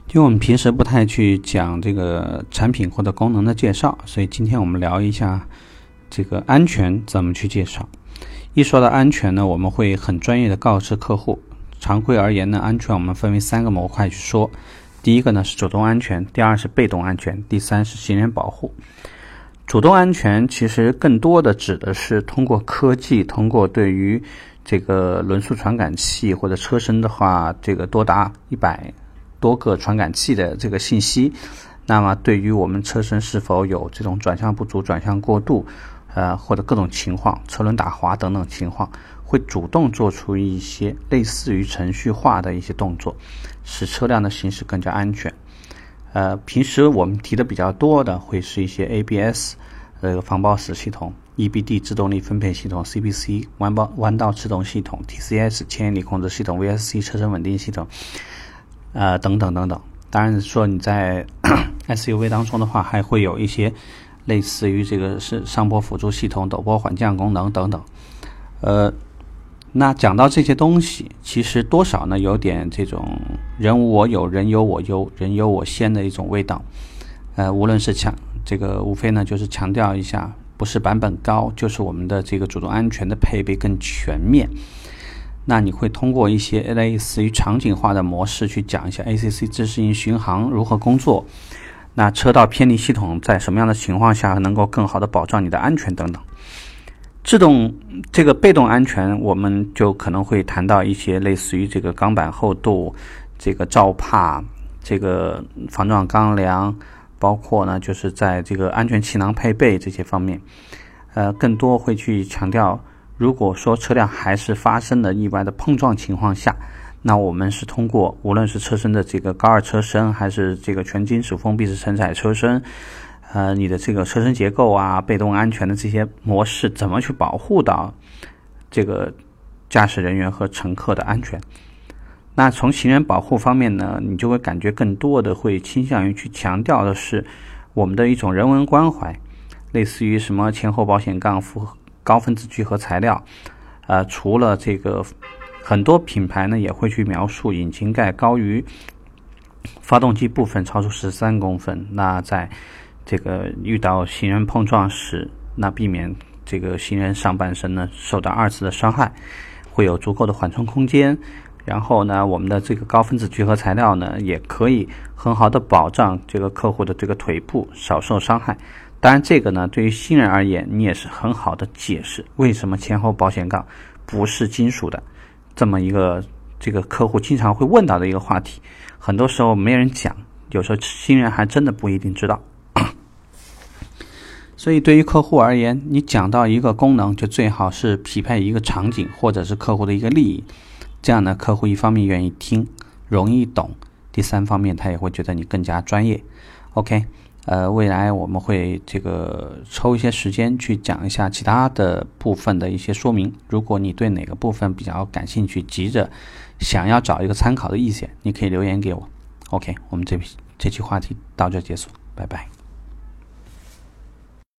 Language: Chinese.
因为我们平时不太去讲这个产品或者功能的介绍，所以今天我们聊一下这个安全怎么去介绍。一说到安全呢，我们会很专业的告知客户。常规而言呢，安全我们分为3个模块去说。第一个呢是主动安全，第二是被动安全，第三是行人保护。主动安全其实更多的指的是通过科技，通过对于这个轮速传感器或者车身的话，这个多达100多个传感器的这个信息，那么对于我们车身是否有这种转向不足、转向过度，或者各种情况，车轮打滑等等情况，会主动做出一些类似于程序化的一些动作，使车辆的行驶更加安全。平时我们提的比较多的会是一些 ABS 防抱死系统、EBD 制动力分配系统、CBC 弯道制动系统、TCS 牵引力控制系统、VSC 车身稳定系统等等等等。当然说你在SUV 当中的话，还会有一些类似于这个是上坡辅助系统、陡坡缓降功能等等。那讲到这些东西，其实多少呢有点这种人无我有，人有我优，人有我先的一种味道。无论是无非呢就是强调一下，不是版本高，就是我们的这个主动安全的配备更全面。那你会通过一些类似于场景化的模式去讲一下 ACC 自适应巡航如何工作，那车道偏离系统在什么样的情况下能够更好的保障你的安全等等。被动安全，我们就可能会谈到一些类似于这个钢板厚度、这个罩帕、这个防撞钢梁，包括呢就是在这个安全气囊配备这些方面，更多会去强调，如果说车辆还是发生了意外的碰撞情况下，那我们是通过无论是车身的这个高2车身，还是这个全金属封闭式承载车身，你的这个车身结构啊、被动安全的这些模式，怎么去保护到这个驾驶人员和乘客的安全。那从行人保护方面呢，你就会感觉更多的会倾向于去强调的是我们的一种人文关怀，类似于什么前后保险杠符合高分子聚合材料，除了这个很多品牌呢也会去描述引擎盖高于发动机部分超出13公分，那在这个遇到行人碰撞时，那避免这个行人上半身呢受到2次的伤害，会有足够的缓冲空间。然后呢，我们的这个高分子聚合材料呢，也可以很好的保障这个客户的这个腿部少受伤害。当然这个呢，对于新人而言，你也是很好的解释为什么前后保险杠不是金属的，这么一个这个客户经常会问到的一个话题。很多时候没人讲，有时候新人还真的不一定知道。所以对于客户而言，你讲到一个功能，就最好是匹配一个场景或者是客户的一个利益，这样呢，客户一方面愿意听，容易懂，第3方面他也会觉得你更加专业。OK，未来我们会抽一些时间去讲一下其他的部分的一些说明。如果你对哪个部分比较感兴趣，急着想要找一个参考的意见，你可以留言给我。OK， 我们这期话题到这结束，拜拜。